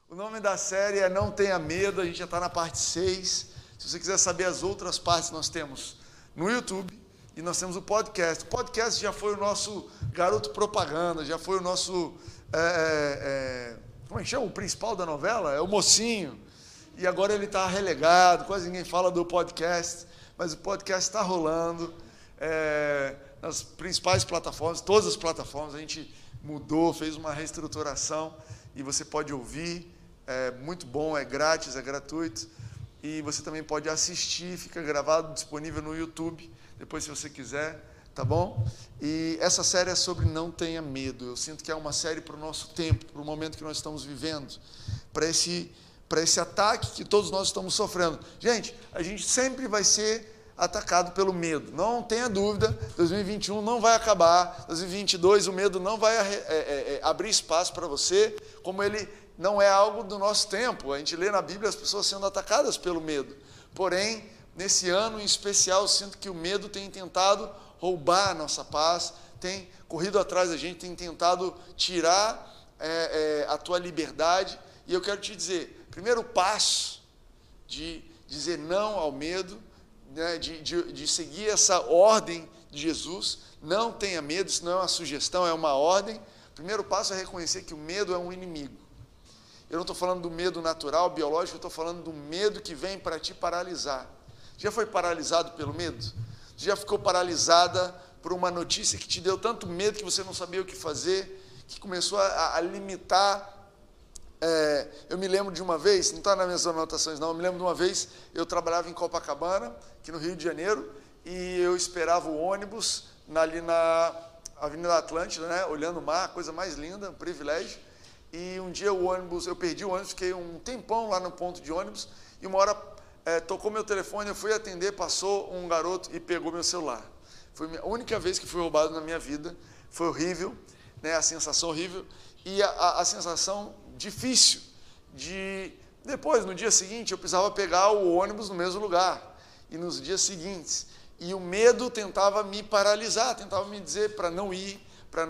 O nome da série é Não Tenha Medo, a gente já está na parte 6. Se você quiser saber as outras partes, nós temos no YouTube e nós temos o podcast. O podcast já foi o nosso garoto propaganda, já foi o nosso, como é que chama? O principal da novela? É o mocinho. E agora ele está relegado, quase ninguém fala do podcast, mas o podcast está rolando nas principais plataformas, todas as plataformas. A gente mudou, fez uma reestruturação e você pode ouvir. É muito bom, é grátis, é gratuito. E você também pode assistir, fica gravado, disponível no YouTube, depois se você quiser, tá bom? E essa série é sobre Não Tenha Medo. Eu sinto que é uma série para o nosso tempo, para o momento que nós estamos vivendo, para esse ataque que todos nós estamos sofrendo. Gente, a gente sempre vai ser atacado pelo medo. Não tenha dúvida, 2021 não vai acabar, 2022 o medo não vai abrir espaço para você, como ele não é algo do nosso tempo. A gente lê na Bíblia as pessoas sendo atacadas pelo medo. Porém, nesse ano em especial, eu sinto que o medo tem tentado roubar a nossa paz, tem corrido atrás da gente, tem tentado tirar a tua liberdade. E eu quero te dizer, primeiro passo de dizer não ao medo, né, de seguir essa ordem de Jesus, não tenha medo, isso não é uma sugestão, é uma ordem. O primeiro passo é reconhecer que o medo é um inimigo. Eu não estou falando do medo natural, biológico, eu estou falando do medo que vem para te paralisar. Já foi paralisado pelo medo? Já ficou paralisada por uma notícia que te deu tanto medo que você não sabia o que fazer, que começou a limitar. Eu me lembro de uma vez, não está nas minhas anotações não, eu me lembro de uma vez, eu trabalhava em Copacabana, aqui no Rio de Janeiro, e eu esperava o ônibus ali na Avenida Atlântida, né, olhando o mar, coisa mais linda, um privilégio. E um dia eu perdi o ônibus, fiquei um tempão lá no ponto de ônibus, e uma hora tocou meu telefone, eu fui atender, passou um garoto e pegou meu celular. Foi a única vez que fui roubado na minha vida, foi horrível, né, a sensação horrível, e a sensação difícil de... Depois, no dia seguinte, eu precisava pegar o ônibus no mesmo lugar, e nos dias seguintes, e o medo tentava me paralisar, tentava me dizer para não ir,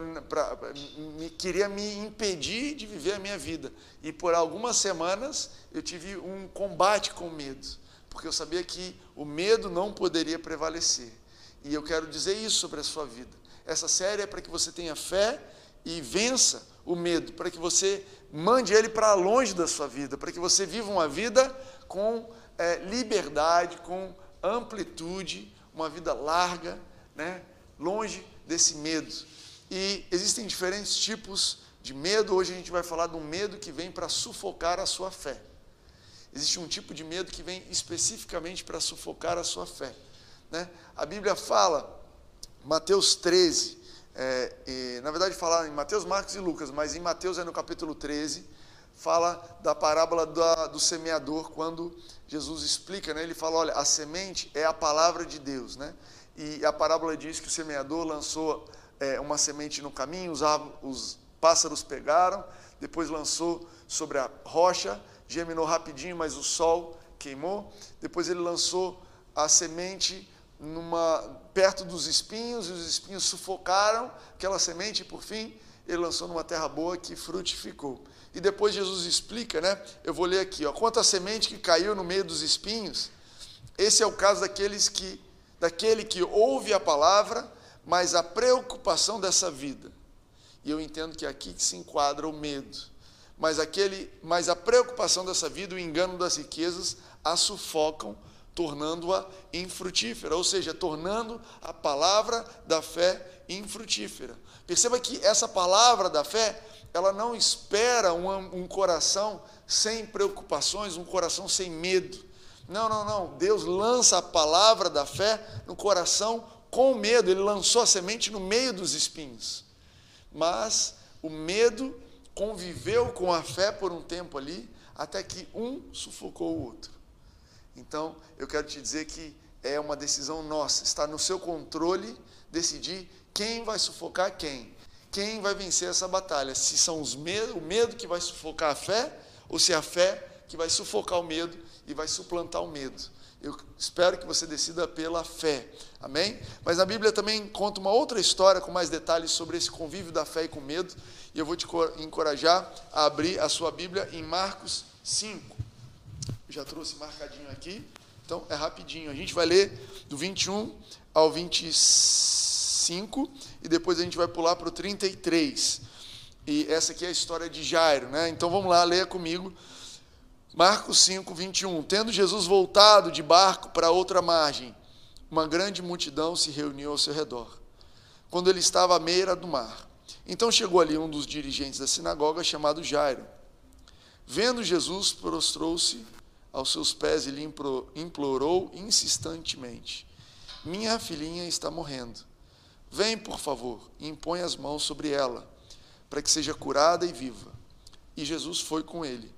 queria me impedir de viver a minha vida. E por algumas semanas eu tive um combate com o medo, porque eu sabia que o medo não poderia prevalecer. E eu quero dizer isso sobre a sua vida. Essa série é para que você tenha fé e vença o medo, para que você mande ele para longe da sua vida, para que você viva uma vida com liberdade, com amplitude, uma vida larga, né, longe desse medo. E existem diferentes tipos de medo. Hoje a gente vai falar de um medo que vem para sufocar a sua fé. Existe um tipo de medo que vem especificamente para sufocar a sua fé, né? A Bíblia fala, Mateus 13, na verdade fala em Mateus, Marcos e Lucas, mas em Mateus no capítulo 13, fala da parábola do semeador, quando Jesus explica, né? Ele fala, olha, a semente é a palavra de Deus, né? E a parábola diz que o semeador lançou uma semente no caminho, os pássaros pegaram, depois lançou sobre a rocha, germinou rapidinho, mas o sol queimou. Depois ele lançou a semente perto dos espinhos, e os espinhos sufocaram aquela semente, e por fim ele lançou numa terra boa que frutificou. E depois Jesus explica, né? Eu vou ler aqui, ó, quanto à semente que caiu no meio dos espinhos, esse é o caso daquele que ouve a palavra, mas a preocupação dessa vida, e eu entendo que é aqui que se enquadra o medo, mas a preocupação dessa vida, o engano das riquezas, a sufocam, tornando-a infrutífera, ou seja, tornando a palavra da fé infrutífera. Perceba que essa palavra da fé, ela não espera um coração sem preocupações, um coração sem medo. Não. Deus lança a palavra da fé no coração com medo. Ele lançou a semente no meio dos espinhos. Mas o medo conviveu com a fé por um tempo ali, até que um sufocou o outro. Então, eu quero te dizer que é uma decisão nossa, está no seu controle decidir quem vai sufocar quem vai vencer essa batalha, se são o medo que vai sufocar a fé, ou se é a fé que vai sufocar o medo e vai suplantar o medo. Eu espero que você decida pela fé, amém? Mas a Bíblia também conta uma outra história com mais detalhes sobre esse convívio da fé e com medo, e eu vou te encorajar a abrir a sua Bíblia em Marcos 5. Eu já trouxe marcadinho aqui, então é rapidinho. A gente vai ler do 21 ao 25, e depois a gente vai pular para o 33. E essa aqui é a história de Jairo, né? Então vamos lá, leia comigo. Marcos 5, 21. Tendo Jesus voltado de barco para outra margem, uma grande multidão se reuniu ao seu redor, quando ele estava à beira do mar. Então chegou ali um dos dirigentes da sinagoga, chamado Jairo. Vendo Jesus, prostrou-se aos seus pés e lhe implorou insistentemente: minha filhinha está morrendo. Vem, por favor, e impõe as mãos sobre ela, para que seja curada e viva. E Jesus foi com ele.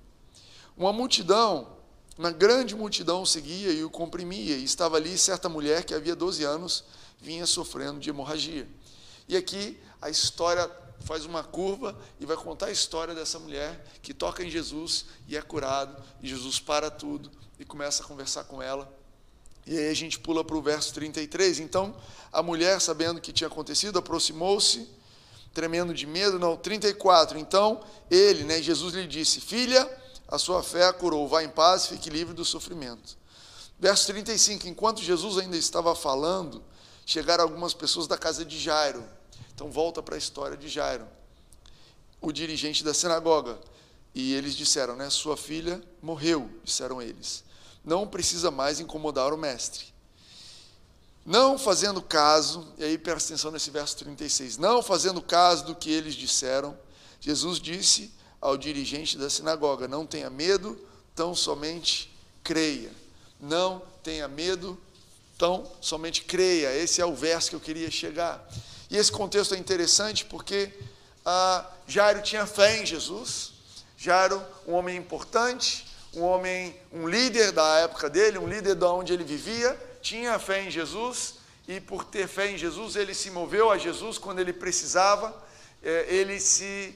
Uma grande multidão o seguia e o comprimia, e estava ali certa mulher que havia 12 anos vinha sofrendo de hemorragia. E aqui a história faz uma curva e vai contar a história dessa mulher que toca em Jesus e é curado, e Jesus para tudo e começa a conversar com ela. E aí a gente pula para o verso 33. Então, a mulher, sabendo o que tinha acontecido, aproximou-se, tremendo de medo. Não, 34. Então, Jesus lhe disse: filha, a sua fé a curou, vá em paz, fique livre do sofrimento. Verso 35, enquanto Jesus ainda estava falando, chegaram algumas pessoas da casa de Jairo. Então volta para a história de Jairo, o dirigente da sinagoga. E eles disseram, sua filha morreu, disseram eles. Não precisa mais incomodar o mestre. Não fazendo caso, e aí presta atenção nesse verso 36, não fazendo caso do que eles disseram, Jesus disse ao dirigente da sinagoga: não tenha medo, tão somente creia. Não tenha medo, tão somente creia. Esse é o verso que eu queria chegar. E esse contexto é interessante porque Jairo tinha fé em Jesus. Jairo, um homem importante, um líder da época dele, um líder de onde ele vivia, tinha fé em Jesus, e por ter fé em Jesus, ele se moveu a Jesus quando ele precisava. Ele se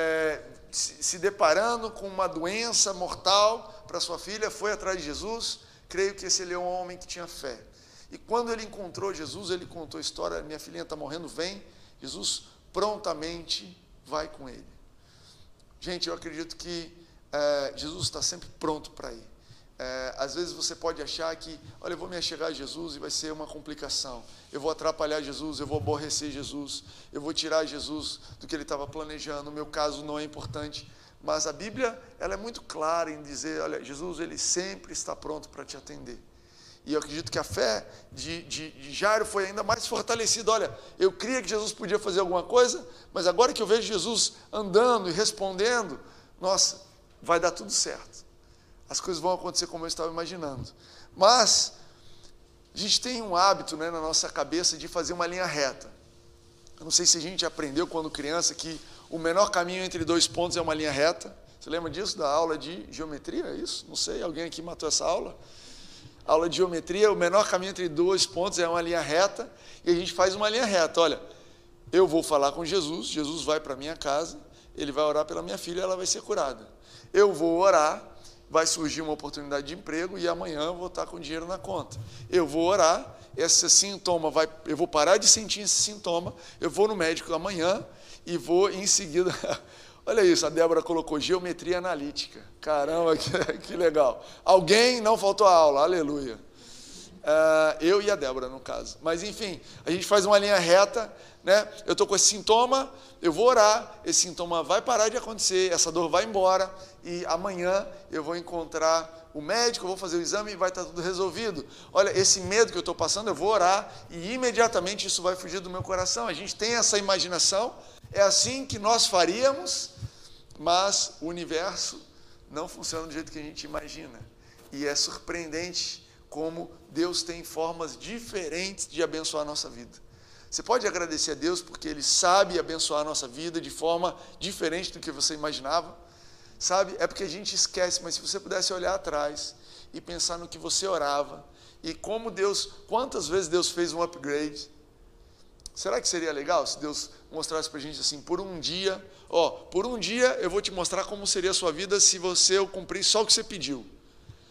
deparando com uma doença mortal para sua filha, foi atrás de Jesus. Creio que esse ele é um homem que tinha fé. E quando ele encontrou Jesus, ele contou a história: minha filhinha está morrendo, vem. Jesus prontamente vai com ele. Gente, eu acredito que Jesus está sempre pronto para ir. Às vezes você pode achar que, olha, eu vou me achegar a Jesus e vai ser uma complicação. Eu vou atrapalhar Jesus, eu vou aborrecer Jesus, eu vou tirar Jesus do que ele estava planejando. O meu caso não é importante. Mas a Bíblia, ela é muito clara em dizer, olha, Jesus, ele sempre está pronto para te atender. E eu acredito que a fé de Jairo foi ainda mais fortalecida. Olha, eu cria que Jesus podia fazer alguma coisa, mas agora que eu vejo Jesus andando e respondendo, nossa, vai dar tudo certo. As coisas vão acontecer como eu estava imaginando. Mas a gente tem um hábito, na nossa cabeça de fazer uma linha reta. Eu não sei se a gente aprendeu quando criança que o menor caminho entre dois pontos é uma linha reta. Você lembra disso, da aula de geometria? É isso? Não sei, alguém aqui matou essa aula? Aula de geometria, o menor caminho entre dois pontos é uma linha reta, e a gente faz uma linha reta. Olha, eu vou falar com Jesus, Jesus vai para a minha casa, ele vai orar pela minha filha, ela vai ser curada. Eu vou orar, vai surgir uma oportunidade de emprego, e amanhã eu vou estar com dinheiro na conta. Eu vou orar, esse sintoma eu vou parar de sentir esse sintoma, eu vou no médico amanhã, e vou em seguida... Olha isso, a Débora colocou geometria analítica. Caramba, que legal. Alguém não faltou a aula, aleluia. Eu e a Débora, no caso. Mas, enfim, a gente faz uma linha reta, Eu estou com esse sintoma, eu vou orar, esse sintoma vai parar de acontecer, essa dor vai embora, e amanhã eu vou encontrar o médico, eu vou fazer o exame e vai estar tudo resolvido. Olha, esse medo que eu estou passando, eu vou orar, e imediatamente isso vai fugir do meu coração. A gente tem essa imaginação, é assim que nós faríamos, mas o universo não funciona do jeito que a gente imagina. E é surpreendente como Deus tem formas diferentes de abençoar a nossa vida. Você pode agradecer a Deus porque Ele sabe abençoar a nossa vida de forma diferente do que você imaginava. Sabe? É porque a gente esquece, mas se você pudesse olhar atrás e pensar no que você orava, e como quantas vezes Deus fez um upgrade. Será que seria legal se Deus mostrasse para a gente assim, por um dia eu vou te mostrar como seria a sua vida se você cumprir só o que você pediu.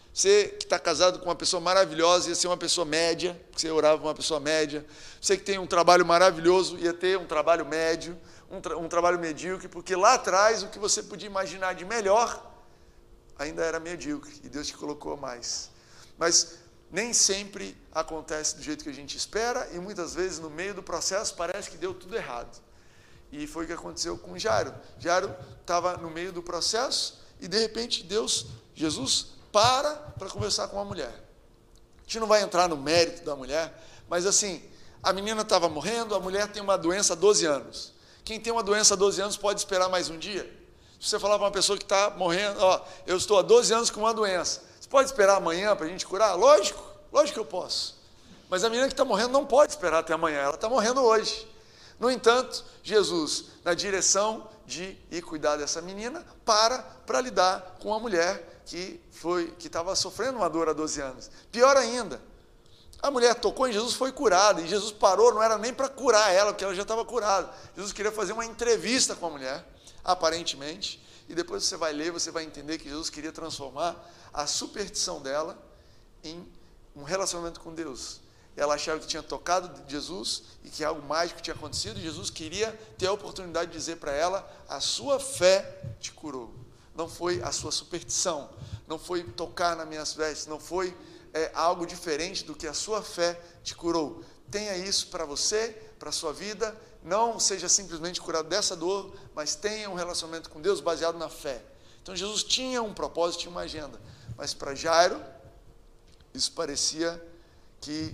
Você que está casado com uma pessoa maravilhosa, ia ser uma pessoa média, porque você orava com uma pessoa média. Você que tem um trabalho maravilhoso, ia ter um trabalho médio, um trabalho medíocre, porque lá atrás o que você podia imaginar de melhor ainda era medíocre, e Deus te colocou mais. Mas nem sempre acontece do jeito que a gente espera, e muitas vezes no meio do processo parece que deu tudo errado. E foi o que aconteceu com Jairo. Jairo estava no meio do processo, e de repente Jesus para conversar com a mulher. A gente não vai entrar no mérito da mulher, mas assim, a menina estava morrendo, a mulher tem uma doença há 12 anos. Quem tem uma doença há 12 anos pode esperar mais um dia? Se você falar para uma pessoa que está morrendo, eu estou há 12 anos com uma doença, você pode esperar amanhã para a gente curar? Lógico que eu posso. Mas a menina que está morrendo não pode esperar até amanhã, ela está morrendo hoje. No entanto, Jesus, na direção de ir cuidar dessa menina, para lidar com a mulher que estava sofrendo uma dor há 12 anos. Pior ainda, a mulher tocou em Jesus, foi curada, e Jesus parou, não era nem para curar ela, porque ela já estava curada. Jesus queria fazer uma entrevista com a mulher, aparentemente, e depois você vai ler, você vai entender que Jesus queria transformar a superstição dela em um relacionamento com Deus. Ela achava que tinha tocado Jesus e que algo mágico tinha acontecido, e Jesus queria ter a oportunidade de dizer para ela: a sua fé te curou. Não foi a sua superstição, não foi tocar nas minhas vestes, não foi algo diferente do que a sua fé te curou. Tenha isso para você, para a sua vida. Não seja simplesmente curado dessa dor, mas tenha um relacionamento com Deus baseado na fé. Então Jesus tinha um propósito, tinha uma agenda. Mas para Jairo, isso parecia que,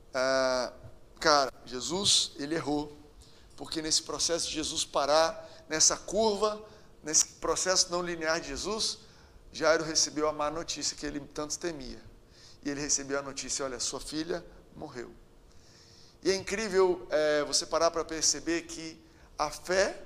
Jesus, ele errou. Porque nesse processo de Jesus parar, nessa curva, nesse processo não linear de Jesus, Jairo recebeu a má notícia que ele tanto temia. E ele recebeu a notícia: olha, sua filha morreu. E é incrível você parar para perceber que a fé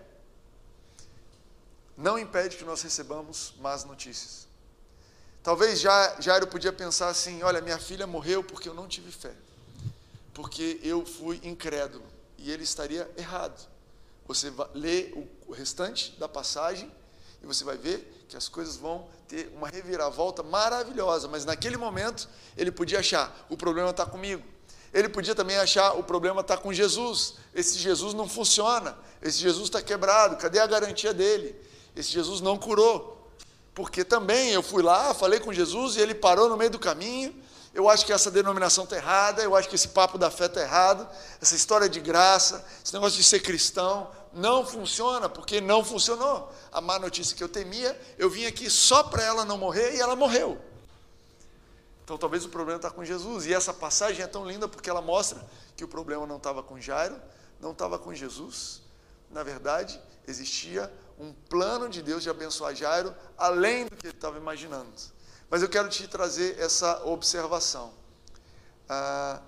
não impede que nós recebamos más notícias. Talvez Jairo podia pensar assim: olha, minha filha morreu porque eu não tive fé, porque eu fui incrédulo, e ele estaria errado. Você lê o restante da passagem e você vai ver que as coisas vão ter uma reviravolta maravilhosa, mas naquele momento ele podia achar: o problema está comigo. Ele podia também achar: o problema está com Jesus, esse Jesus não funciona, esse Jesus está quebrado, cadê a garantia dele? Esse Jesus não curou, porque também eu fui lá, falei com Jesus e ele parou no meio do caminho. Eu acho que essa denominação está errada, eu acho que esse papo da fé está errado, essa história de graça, esse negócio de ser cristão não funciona, porque não funcionou. A má notícia que eu temia, eu vim aqui só para ela não morrer, e ela morreu. Então talvez o problema está com Jesus, e essa passagem é tão linda porque ela mostra que o problema não estava com Jairo, não estava com Jesus. Na verdade, existia um plano de Deus de abençoar Jairo, além do que ele estava imaginando. Mas eu quero te trazer essa observação. A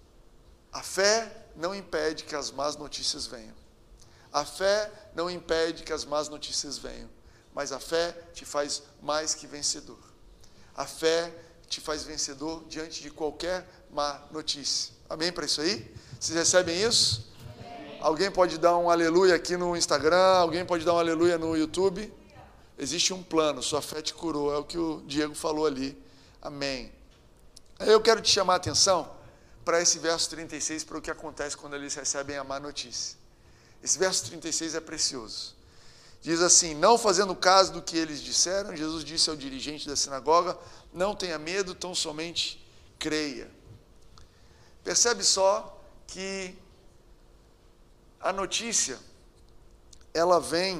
fé não impede que as más notícias venham. A fé não impede que as más notícias venham, mas a fé te faz mais que vencedor. A fé te faz vencedor diante de qualquer má notícia. Amém para isso aí? Vocês recebem isso? Amém. Alguém pode dar um aleluia aqui no Instagram? Alguém pode dar um aleluia no YouTube? Existe um plano, sua fé te curou, é o que o Diego falou ali. Amém. Eu quero te chamar a atenção para esse verso 36, para o que acontece quando eles recebem a má notícia. Esse verso 36 é precioso. Diz assim: não fazendo caso do que eles disseram, Jesus disse ao dirigente da sinagoga: não tenha medo, tão somente creia. Percebe só que a notícia, ela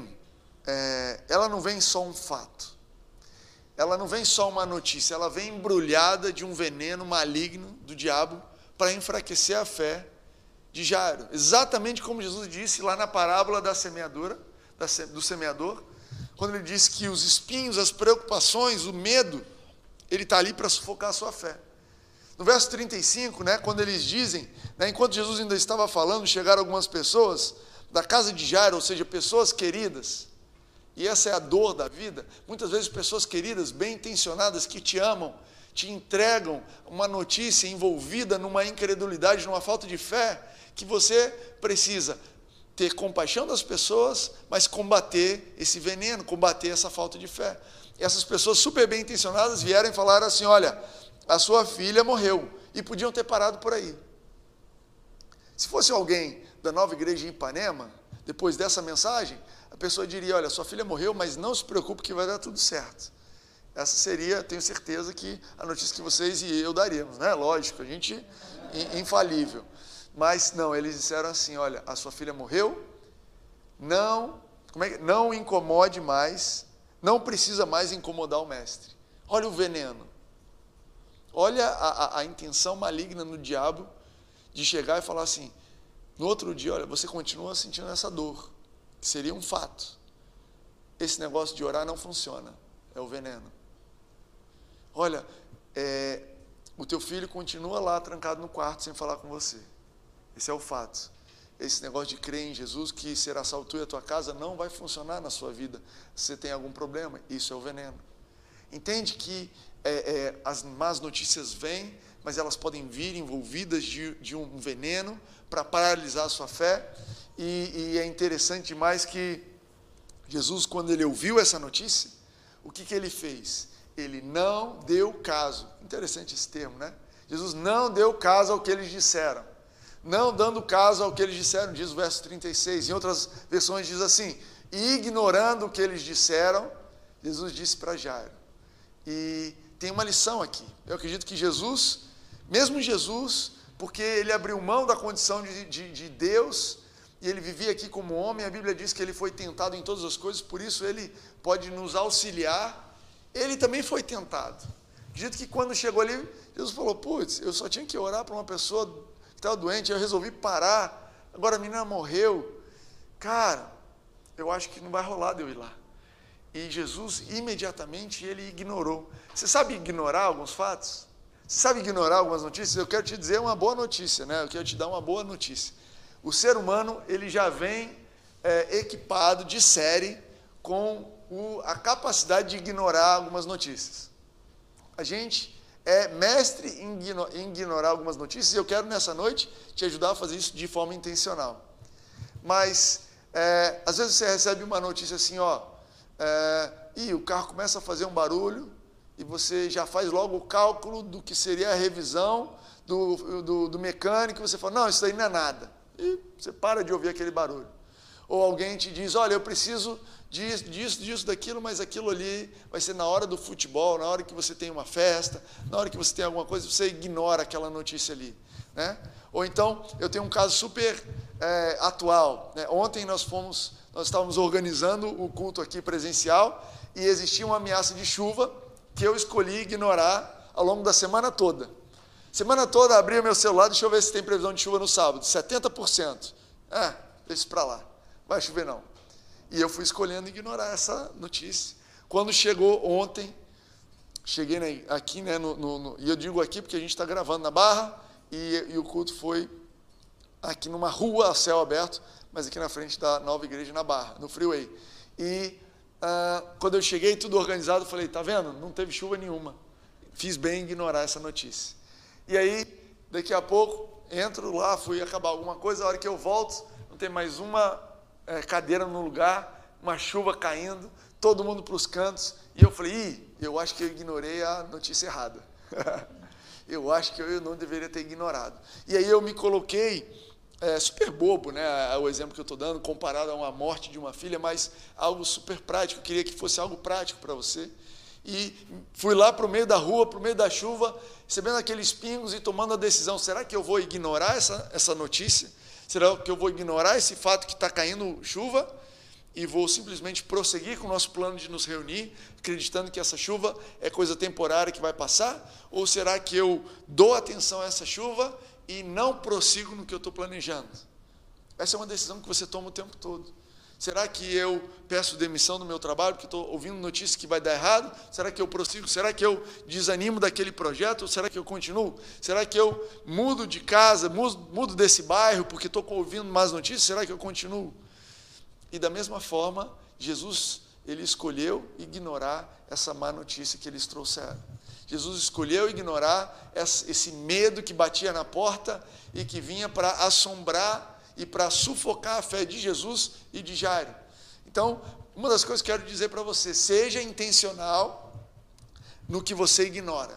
não vem só um fato, ela não vem só uma notícia, ela vem embrulhada de um veneno maligno do diabo para enfraquecer a fé de Jairo. Exatamente como Jesus disse lá na parábola da semeadura, do semeador, quando ele disse que os espinhos, as preocupações, o medo, ele está ali para sufocar a sua fé. No verso 35, quando eles dizem, enquanto Jesus ainda estava falando, chegaram algumas pessoas da casa de Jairo, ou seja, pessoas queridas, e essa é a dor da vida. Muitas vezes pessoas queridas, bem intencionadas, que te amam, te entregam uma notícia envolvida numa incredulidade, numa falta de fé, que você precisa ter compaixão das pessoas, mas combater esse veneno, combater essa falta de fé. essas pessoas super bem intencionadas vieram e falaram assim, olha, a sua filha morreu, e podiam ter parado por aí. Se fosse alguém da Nova Igreja em Ipanema, depois dessa mensagem, a pessoa diria, olha, sua filha morreu, mas não se preocupe que vai dar tudo certo. Essa seria, tenho certeza, que a notícia que vocês e eu daríamos, né? Lógico, a gente infalível. Mas não, eles disseram assim, olha, a sua filha morreu, não incomode mais, não precisa mais incomodar o mestre. Olha o veneno. Olha a intenção maligna no diabo de chegar e falar assim, no outro dia, olha, você continua sentindo essa dor, que seria um fato. Esse negócio de orar não funciona, é o veneno. Olha, o teu filho continua lá trancado no quarto sem falar com você. Esse é o fato. Esse negócio de crer em Jesus, que será salvo tu e a tua casa, não vai funcionar na sua vida. Se você tem algum problema, isso é o veneno. Entende que as más notícias vêm, mas elas podem vir envolvidas de um veneno para paralisar a sua fé. E é interessante demais que Jesus, quando ele ouviu essa notícia, o que ele fez? Ele não deu caso. Interessante esse termo, né? Jesus não deu caso ao que eles disseram. Não dando caso ao que eles disseram, diz o verso 36. Em outras versões diz assim, e ignorando o que eles disseram, Jesus disse para Jairo. E tem uma lição aqui. Eu acredito que Jesus, mesmo Jesus, porque ele abriu mão da condição de Deus, e ele vivia aqui como homem, a Bíblia diz que ele foi tentado em todas as coisas, por isso ele pode nos auxiliar. Ele também foi tentado. Acredito que quando chegou ali, Jesus falou, putz, eu só tinha que orar para uma pessoa que estava doente, eu resolvi parar, agora a menina morreu. Cara, eu acho que não vai rolar de eu ir lá. E Jesus, imediatamente, ele ignorou. Você sabe ignorar alguns fatos? Você sabe ignorar algumas notícias? Eu quero te dizer uma boa notícia, né? Eu quero te dar uma boa notícia. O ser humano, ele já vem equipado de série com a capacidade de ignorar algumas notícias. A gente é mestre em ignorar algumas notícias, e eu quero nessa noite te ajudar a fazer isso de forma intencional. Mas, às vezes você recebe uma notícia assim, e o carro começa a fazer um barulho, e você já faz logo o cálculo do que seria a revisão do mecânico, e você fala, não, isso aí não é nada. E você para de ouvir aquele barulho. Ou alguém te diz, olha, eu preciso disso, daquilo, mas aquilo ali vai ser na hora do futebol, na hora que você tem uma festa, na hora que você tem alguma coisa, você ignora aquela notícia ali, né? Ou então, eu tenho um caso super atual, né? Ontem nós estávamos organizando o culto aqui presencial, e existia uma ameaça de chuva, que eu escolhi ignorar ao longo da semana toda. Semana toda, abri o meu celular, deixa eu ver se tem previsão de chuva no sábado, 70%. Deixa isso para lá, vai chover não. E eu fui escolhendo ignorar essa notícia. Quando chegou ontem, cheguei aqui, né, e eu digo aqui porque a gente está gravando na Barra, e o culto foi aqui numa rua a céu aberto, mas aqui na frente da Nova Igreja na Barra, no Freeway. E quando eu cheguei, tudo organizado, falei, tá vendo? Não teve chuva nenhuma. Fiz bem em ignorar essa notícia. E aí, daqui a pouco, entro lá, fui acabar alguma coisa, a hora que eu volto, não tem mais uma cadeira no lugar, uma chuva caindo, todo mundo para os cantos, e eu falei, eu acho que eu ignorei a notícia errada. Eu acho que eu não deveria ter ignorado. E aí eu me coloquei, super bobo, né, o exemplo que eu estou dando, comparado a uma morte de uma filha, mas algo super prático, eu queria que fosse algo prático para você. E fui lá para o meio da rua, para o meio da chuva, recebendo aqueles pingos e tomando a decisão, será que eu vou ignorar essa notícia? Será que eu vou ignorar esse fato que está caindo chuva e vou simplesmente prosseguir com o nosso plano de nos reunir, acreditando que essa chuva é coisa temporária que vai passar? Ou será que eu dou atenção a essa chuva e não prossigo no que eu estou planejando? Essa é uma decisão que você toma o tempo todo. Será que eu peço demissão do meu trabalho porque estou ouvindo notícias que vai dar errado? Será que eu prossigo? Será que eu desanimo daquele projeto? Ou será que eu continuo? Será que eu mudo de casa, mudo desse bairro porque estou ouvindo más notícias? Será que eu continuo? E da mesma forma, Jesus, ele escolheu ignorar essa má notícia que eles trouxeram. Jesus escolheu ignorar esse medo que batia na porta e que vinha para assombrar e para sufocar a fé de Jesus e de Jairo. Então, uma das coisas que eu quero dizer para você, seja intencional no que você ignora.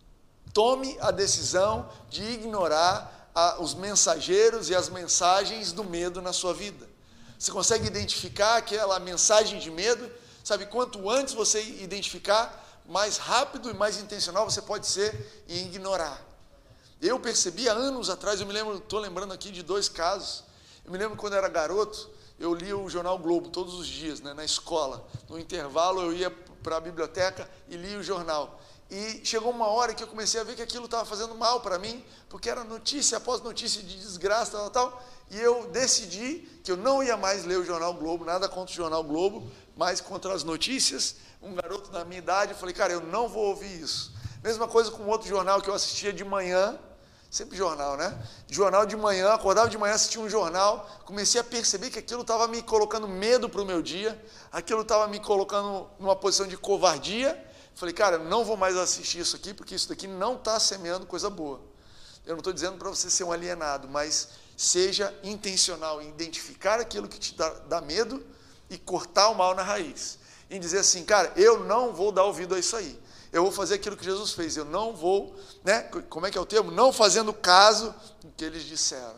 Tome a decisão de ignorar os mensageiros e as mensagens do medo na sua vida. Você consegue identificar aquela mensagem de medo? Sabe, quanto antes você identificar, mais rápido e mais intencional você pode ser em ignorar. Eu percebi há anos atrás, estou lembrando aqui de 2 casos. Eu me lembro quando eu era garoto, eu lia o jornal Globo todos os dias, né, na escola. No intervalo eu ia para a biblioteca e lia o jornal. E chegou uma hora que eu comecei a ver que aquilo estava fazendo mal para mim, porque era notícia após notícia de desgraça, tal. E eu decidi que eu não ia mais ler o jornal Globo, nada contra o jornal Globo, mas contra as notícias. Um garoto da minha idade, eu falei, cara, eu não vou ouvir isso. Mesma coisa com outro jornal que eu assistia de manhã, sempre jornal, né? Jornal de manhã, acordava de manhã, assistia um jornal, comecei a perceber que aquilo estava me colocando medo para o meu dia, aquilo estava me colocando numa posição de covardia. Falei, cara, eu não vou mais assistir isso aqui, porque isso daqui não está semeando coisa boa. Eu não estou dizendo para você ser um alienado, mas seja intencional em identificar aquilo que te dá medo e cortar o mal na raiz. Em dizer assim, cara, eu não vou dar ouvido a isso aí. Eu vou fazer aquilo que Jesus fez. Eu não vou, né? Como é que é o termo? Não fazendo caso do que eles disseram.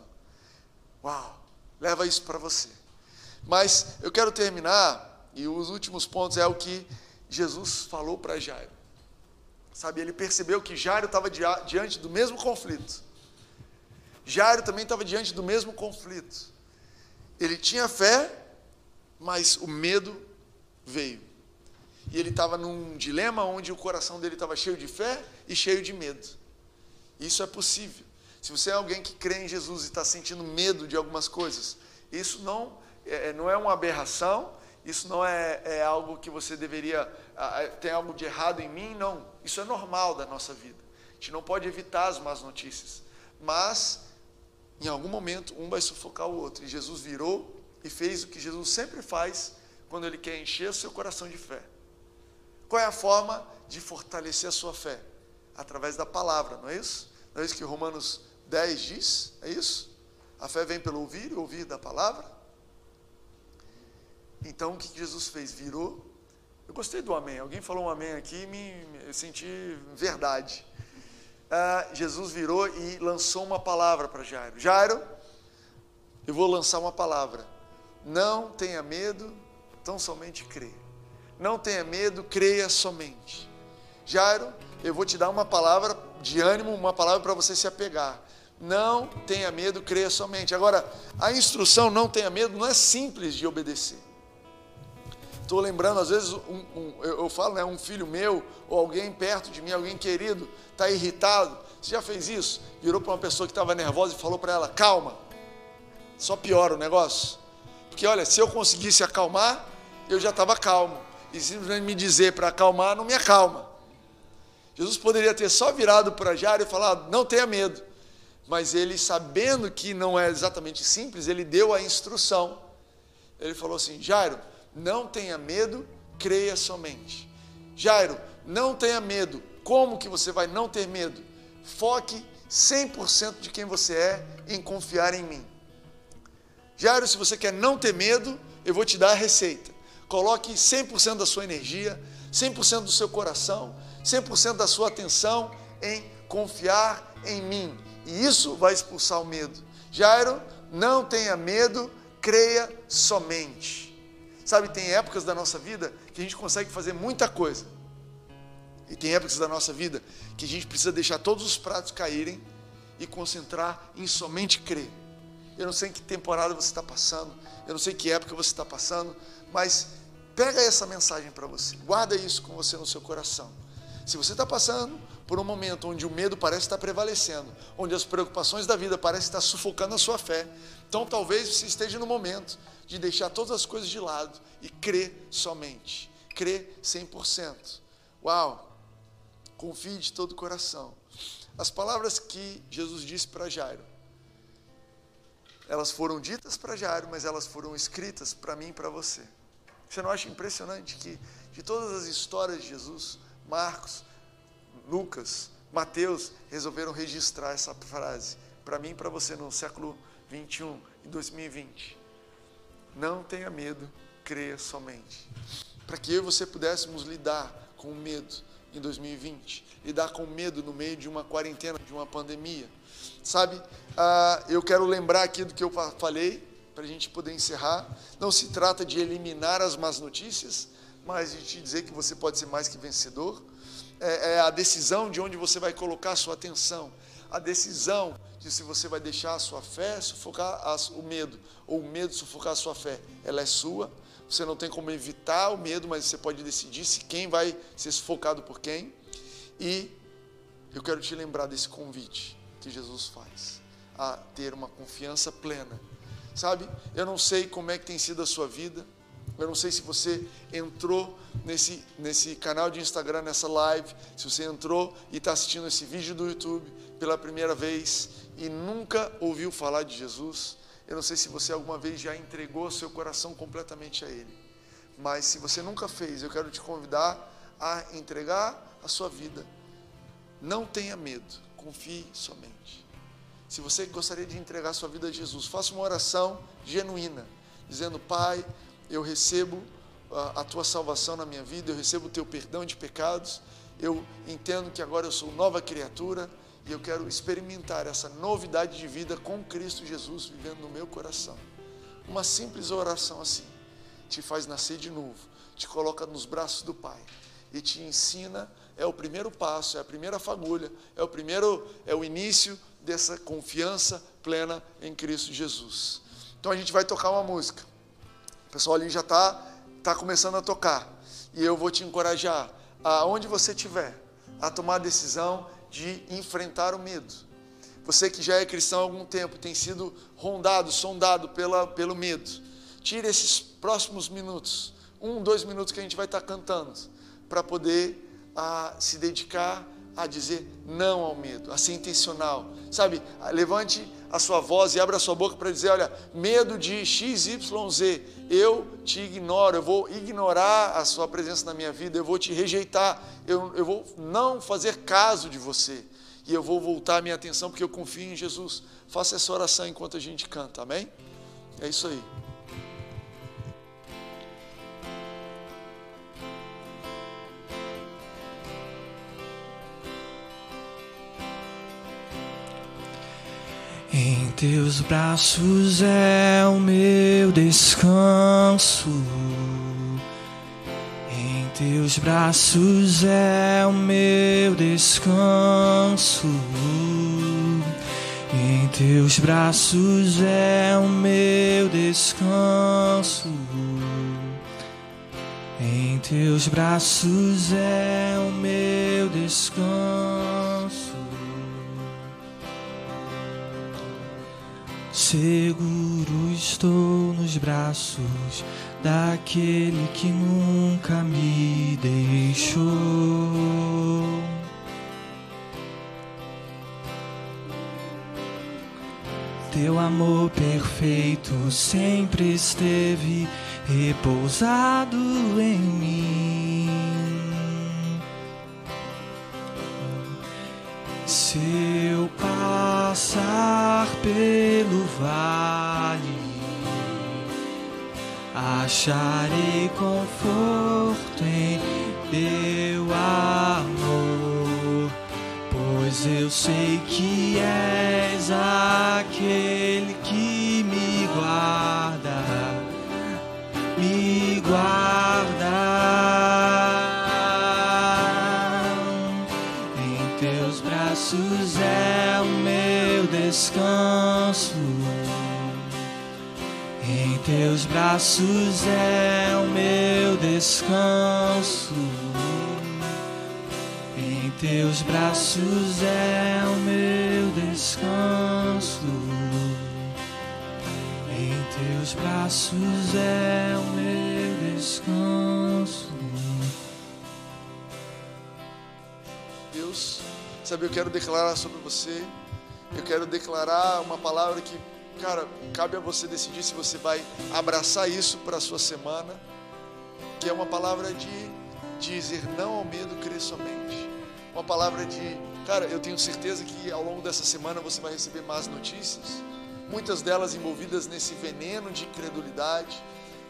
Uau! Leva isso para você. Mas eu quero terminar, e os últimos pontos é o que Jesus falou para Jairo. Sabe, ele percebeu que Jairo estava diante do mesmo conflito. Jairo também estava diante do mesmo conflito. Ele tinha fé, mas o medo veio. E ele estava num dilema onde o coração dele estava cheio de fé e cheio de medo. Isso é possível. Se você é alguém que crê em Jesus e está sentindo medo de algumas coisas, isso não é uma aberração, isso não é algo que você deveria, tem algo de errado em mim, não. Isso é normal da nossa vida. A gente não pode evitar as más notícias. Mas, em algum momento, um vai sufocar o outro. E Jesus virou e fez o que Jesus sempre faz quando Ele quer encher o seu coração de fé. Qual é a forma de fortalecer a sua fé? Através da palavra, não é isso? Não é isso que Romanos 10 diz? É isso? A fé vem pelo ouvir e ouvir da palavra. Então, o que Jesus fez? Virou. Eu gostei do amém. Alguém falou um amém aqui e eu senti verdade. Jesus virou e lançou uma palavra para Jairo. Jairo, eu vou lançar uma palavra. Não tenha medo, tão somente crê. Não tenha medo, creia somente. Jairo, eu vou te dar uma palavra de ânimo, uma palavra para você se apegar. Não tenha medo, creia somente. Agora, a instrução não tenha medo não é simples de obedecer. Estou lembrando, às vezes, eu falo, né, um filho meu, ou alguém perto de mim, alguém querido, está irritado. Você já fez isso? Virou para uma pessoa que estava nervosa e falou para ela, calma. Só piora o negócio. Porque, olha, se eu conseguisse acalmar, eu já estava calmo. E simplesmente me dizer para acalmar, não me acalma. Jesus poderia ter só virado para Jairo e falado, não tenha medo. Mas ele, sabendo que não é exatamente simples, ele deu a instrução. Ele falou assim, Jairo, não tenha medo, creia somente. Jairo, não tenha medo. Como que você vai não ter medo? Foque 100% de quem você é em confiar em mim. Jairo, se você quer não ter medo, eu vou te dar a receita. Coloque 100% da sua energia, 100% do seu coração, 100% da sua atenção em confiar em mim. E isso vai expulsar o medo. Jairo, não tenha medo, creia somente. Sabe, tem épocas da nossa vida que a gente consegue fazer muita coisa. E tem épocas da nossa vida que a gente precisa deixar todos os pratos caírem e concentrar em somente crer. Eu não sei em que temporada você está passando, eu não sei que época você está passando, mas pega essa mensagem para você, guarda isso com você no seu coração. Se você está passando por um momento onde o medo parece estar prevalecendo, onde as preocupações da vida parecem estar sufocando a sua fé, então talvez você esteja no momento de deixar todas as coisas de lado e crer somente, crer 100%. Uau! Confie de todo o coração. As palavras que Jesus disse para Jairo, elas foram ditas para Jairo, mas elas foram escritas para mim e para você. Você não acha impressionante que de todas as histórias de Jesus, Marcos, Lucas, Mateus resolveram registrar essa frase para mim e para você no século 21, em 2020. Não tenha medo, creia somente. Para que eu e você pudéssemos lidar com o medo em 2020, lidar com o medo no meio de uma quarentena, de uma pandemia. Sabe, eu quero lembrar aqui do que eu falei, para a gente poder encerrar. Não se trata de eliminar as más notícias, mas de te dizer que você pode ser mais que vencedor. É a decisão de onde você vai colocar a sua atenção, a decisão de se você vai deixar a sua fé sufocar o medo, ou o medo sufocar a sua fé. Ela é sua, você não tem como evitar o medo, mas você pode decidir se quem vai ser sufocado por quem. E eu quero te lembrar desse convite que Jesus faz, a ter uma confiança plena. Sabe, eu não sei como é que tem sido a sua vida, eu não sei se você entrou nesse canal de Instagram, nessa live, se você entrou e está assistindo esse vídeo do YouTube pela primeira vez e nunca ouviu falar de Jesus. Eu não sei se você alguma vez já entregou seu coração completamente a Ele, mas se você nunca fez, eu quero te convidar a entregar a sua vida. Não tenha medo, confie somente. Se você gostaria de entregar a sua vida a Jesus, faça uma oração genuína, dizendo: Pai, eu recebo a Tua salvação na minha vida, eu recebo o Teu perdão de pecados, eu entendo que agora eu sou nova criatura e eu quero experimentar essa novidade de vida com Cristo Jesus vivendo no meu coração. Uma simples oração assim te faz nascer de novo, te coloca nos braços do Pai e te ensina, é o primeiro passo, é a primeira fagulha, é o início dessa confiança plena em Cristo Jesus. Então a gente vai tocar uma música. O pessoal ali já está começando a tocar. E eu vou te encorajar, aonde você estiver, a tomar a decisão de enfrentar o medo. Você que já é cristão há algum tempo, tem sido sondado pelo medo. Tire esses próximos minutos, 2 minutos que a gente vai estar cantando, para poder se dedicar a dizer não ao medo, a ser intencional, sabe? Levante a sua voz e abra a sua boca para dizer: olha, medo de XYZ, eu te ignoro, eu vou ignorar a sua presença na minha vida, eu vou te rejeitar, eu vou não fazer caso de você, e eu vou voltar a minha atenção porque eu confio em Jesus. Faça essa oração enquanto a gente canta, amém? É isso aí. Em Teus braços é o meu descanso, em Teus braços é o meu descanso, em Teus braços é o meu descanso, em Teus braços é o meu descanso. Seguro estou nos braços daquele que nunca me deixou. Teu amor perfeito sempre esteve repousado em mim. Se eu passar pelo vale, acharei conforto em Teu amor, pois eu sei que és aquele que me guarda, me guarda. Em Teus braços é o meu descanso, em Teus braços é o meu descanso, em Teus braços é o meu descanso, em Teus braços é o meu descanso. Deus, sabe, eu quero declarar sobre você, eu quero declarar uma palavra que, cara, cabe a você decidir se você vai abraçar isso para a sua semana, que é uma palavra de dizer não ao medo, crer somente. Uma palavra de, cara, eu tenho certeza que ao longo dessa semana você vai receber más notícias, muitas delas envolvidas nesse veneno de incredulidade,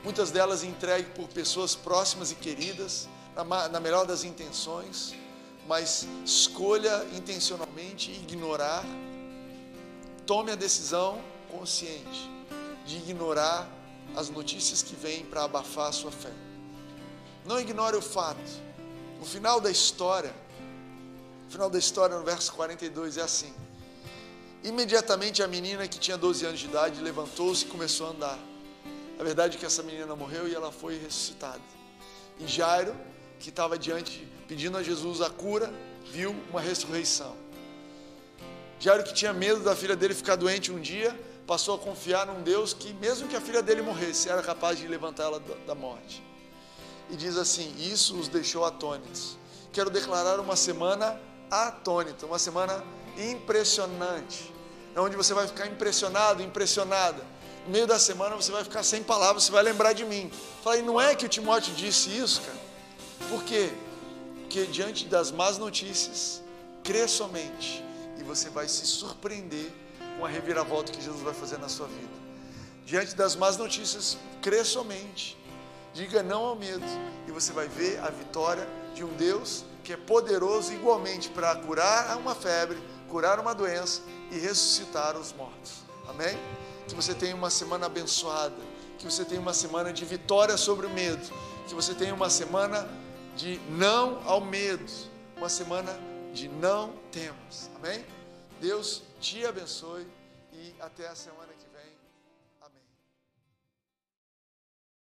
muitas delas entregue por pessoas próximas e queridas, na melhor das intenções, mas escolha intencionalmente ignorar, tome a decisão consciente de ignorar as notícias que vêm para abafar a sua fé. Não ignore o fato. No final da história, no verso 42, é assim: imediatamente a menina que tinha 12 anos de idade levantou-se e começou a andar. A verdade é que essa menina morreu e ela foi ressuscitada. E Jairo, que estava diante pedindo a Jesus a cura, viu uma ressurreição. Jairo, que tinha medo da filha dele ficar doente um dia, passou a confiar num Deus que, mesmo que a filha dele morresse, era capaz de levantá-la da morte. E diz assim: isso os deixou atônitos. Quero declarar uma semana atônita, uma semana impressionante, onde você vai ficar impressionado, impressionada. No meio da semana você vai ficar sem palavras, você vai lembrar de mim. Falei, não é que o Timóteo disse isso, cara? Por quê? Porque diante das más notícias, crê somente e você vai se surpreender com a reviravolta que Jesus vai fazer na sua vida. Diante das más notícias, crê somente, diga não ao medo e você vai ver a vitória de um Deus que é poderoso igualmente para curar uma febre, curar uma doença e ressuscitar os mortos. Amém? Que você tenha uma semana abençoada, que você tenha uma semana de vitória sobre o medo, que você tenha uma semana de não ao medo, uma semana de não temas. Amém? Deus te abençoe e até a semana que vem.